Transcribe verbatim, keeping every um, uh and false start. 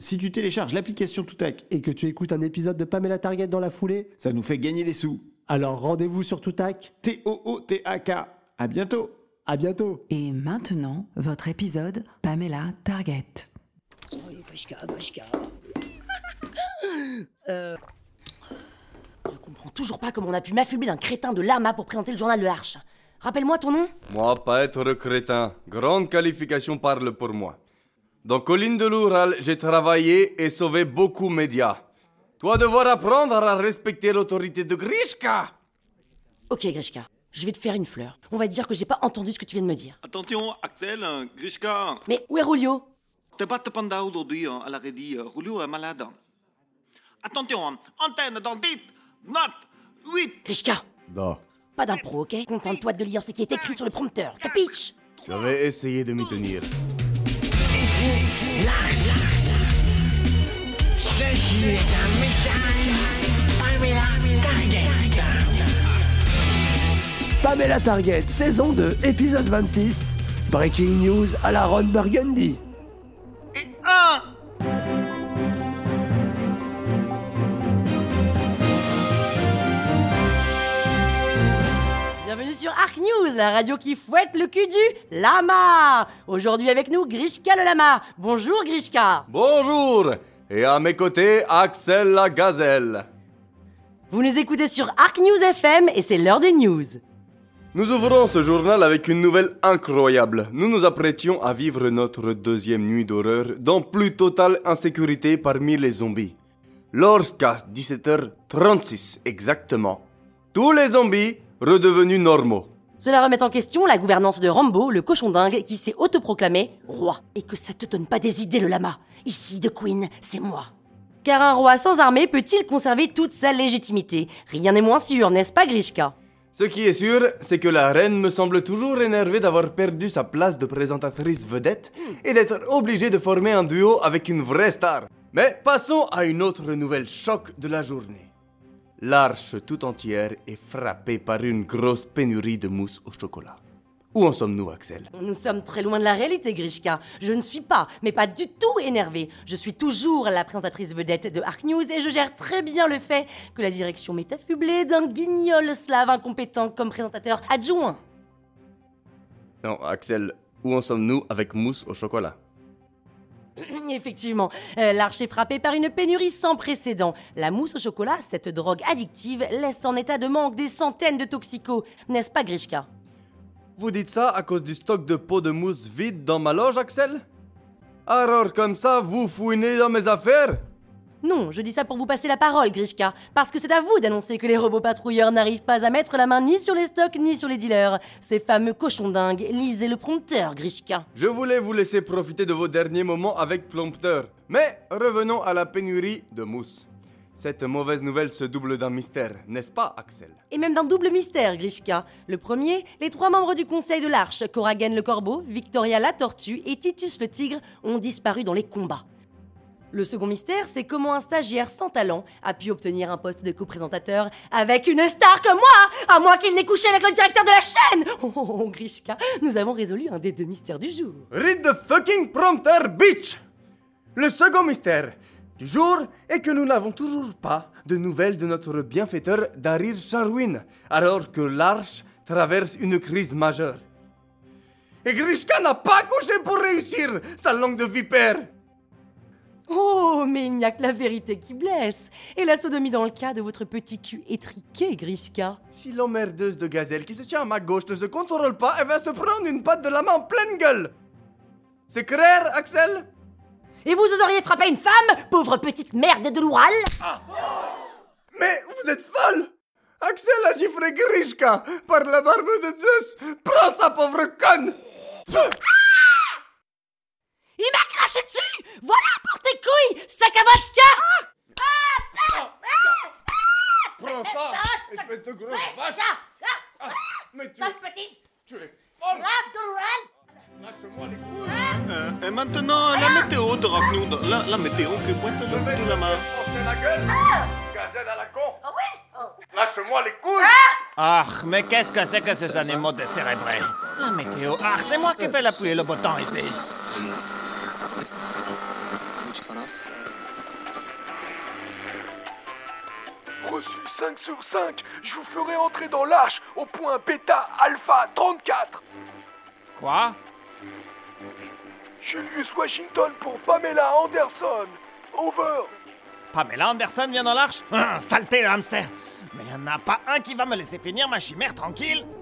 Si tu télécharges l'application Toutac et que tu écoutes un épisode de Pamela Target dans la foulée, ça nous fait gagner des sous. Alors rendez-vous sur Toutac. T O O T A K. À bientôt. À bientôt. Et maintenant, votre épisode Pamela Target. Oui, Grishka, Grishka. euh... Je comprends toujours pas comment on a pu m'affubler d'un crétin de lama pour présenter le journal de l'Arche. Rappelle-moi ton nom. Moi, pas être crétin. Grande qualification parle pour moi. Dans Colline de l'Oural, j'ai travaillé et sauvé beaucoup de médias. Toi, devoir apprendre à respecter l'autorité de Grishka. Ok, Grishka, je vais te faire une fleur. On va dire que j'ai pas entendu ce que tu viens de me dire. Attention, Axel, Grishka. Mais où est Rulio? T'es pas te panda aujourd'hui, elle aurait dit Rulio est malade. Attention, antenne dans dix, neuf, huit. Grishka. Da. Pas d'impro, ok? Contente-toi de lire ce qui est écrit sur le prompteur, capiche? Je vais essayer de m'y tenir. Ceci est un message Pamela Target. Pamela Target, saison deux, épisode vingt-six. Breaking news à la Ron Burgundy. Et un. Bienvenue sur Arc News, la radio qui fouette le cul du lama. Aujourd'hui avec nous, Grishka le lama. Bonjour Grishka. Bonjour. Et à mes côtés, Axel la gazelle. Vous nous écoutez sur Arc News F M et c'est l'heure des news. Nous ouvrons ce journal avec une nouvelle incroyable. Nous nous apprêtions à vivre notre deuxième nuit d'horreur dans plus totale insécurité parmi les zombies. Lorsqu'à dix-sept heures trente-six exactement, tous les zombies redevenus normaux. Cela remet en question la gouvernance de Rambo, le cochon dingue qui s'est autoproclamé roi. Et que ça te donne pas des idées le lama. Ici, The Queen, c'est moi. Car un roi sans armée peut-il conserver toute sa légitimité? Rien n'est moins sûr, n'est-ce pas Grishka? Ce qui est sûr, c'est que la reine me semble toujours énervée d'avoir perdu sa place de présentatrice vedette et d'être obligée de former un duo avec une vraie star. Mais passons à une autre nouvelle choc de la journée. L'Arche tout entière est frappée par une grosse pénurie de mousse au chocolat. Où en sommes-nous, Axel? Nous sommes très loin de la réalité, Grishka. Je ne suis pas, mais pas du tout énervée. Je suis toujours la présentatrice vedette de Arc News et je gère très bien le fait que la direction m'est affublée d'un guignol slave incompétent comme présentateur adjoint. Non, Axel, où en sommes-nous avec mousse au chocolat? Effectivement, euh, l'Arche est frappée par une pénurie sans précédent. La mousse au chocolat, cette drogue addictive, laisse en état de manque des centaines de toxicos. N'est-ce pas, Grishka? Vous dites ça à cause du stock de pots de mousse vide dans ma loge, Axel? Alors comme ça, vous fouinez dans mes affaires? Non, je dis ça pour vous passer la parole, Grishka, parce que c'est à vous d'annoncer que les robots patrouilleurs n'arrivent pas à mettre la main ni sur les stocks ni sur les dealers. Ces fameux cochons dingues, lisez le prompteur, Grishka. Je voulais vous laisser profiter de vos derniers moments avec prompteur. Mais revenons à la pénurie de mousse. Cette mauvaise nouvelle se double d'un mystère, n'est-ce pas, Axel? Et même d'un double mystère, Grishka. Le premier, les trois membres du conseil de l'Arche, Coragen le corbeau, Victoria la tortue et Titus le tigre, ont disparu dans les combats. Le second mystère, c'est comment un stagiaire sans talent a pu obtenir un poste de co-présentateur avec une star comme moi, à moins qu'il n'ait couché avec le directeur de la chaîne. Oh, oh, oh, Grishka, nous avons résolu un des deux mystères du jour. Read the fucking prompter, bitch! Le second mystère du jour est que nous n'avons toujours pas de nouvelles de notre bienfaiteur Daryl Sharwin, alors que l'Arche traverse une crise majeure. Et Grishka n'a pas couché pour réussir sa langue de vipère. Oh, mais il n'y a que la vérité qui blesse. Et la sodomie dans le cas de votre petit cul étriqué, Grishka. Si l'emmerdeuse de gazelle qui se tient à ma gauche ne se contrôle pas, elle va se prendre une patte de la main en pleine gueule. C'est clair, Axel? Et vous oseriez frapper une femme, pauvre petite merde de l'Oural? Ah. Mais vous êtes folle! Axel a giflé Grishka par la barbe de Zeus. Prends sa pauvre conne! Ah! Il m'a craché dessus! Voilà pour tes couilles, sac à vodka! Ah! Ah! Ah! Ah! Prends ça, espèce de grosse vache! Ah, mais tu... Sale petit! Tu es folle! Slave de l'Oural! Lâche-moi les couilles! Euh, et maintenant, la météo de Rock News. La, la météo qui pointe le bout de la main. Portez la gueule! Gazelle à la con! Ah oui? Oh. Lâche-moi les couilles! Ah, mais qu'est-ce que c'est que ces animaux décérébrés? La météo, ah, c'est moi qui fais la pluie et le beau temps ici. reçu cinq sur cinq. Je vous ferai entrer dans l'arche au point Beta Alpha trente-quatre. Quoi? Julius Washington pour Pamela Anderson. Over. Pamela Anderson vient dans l'arche? Hum, Saleté, le hamster! Mais y'en a pas un qui va me laisser finir ma chimère tranquille?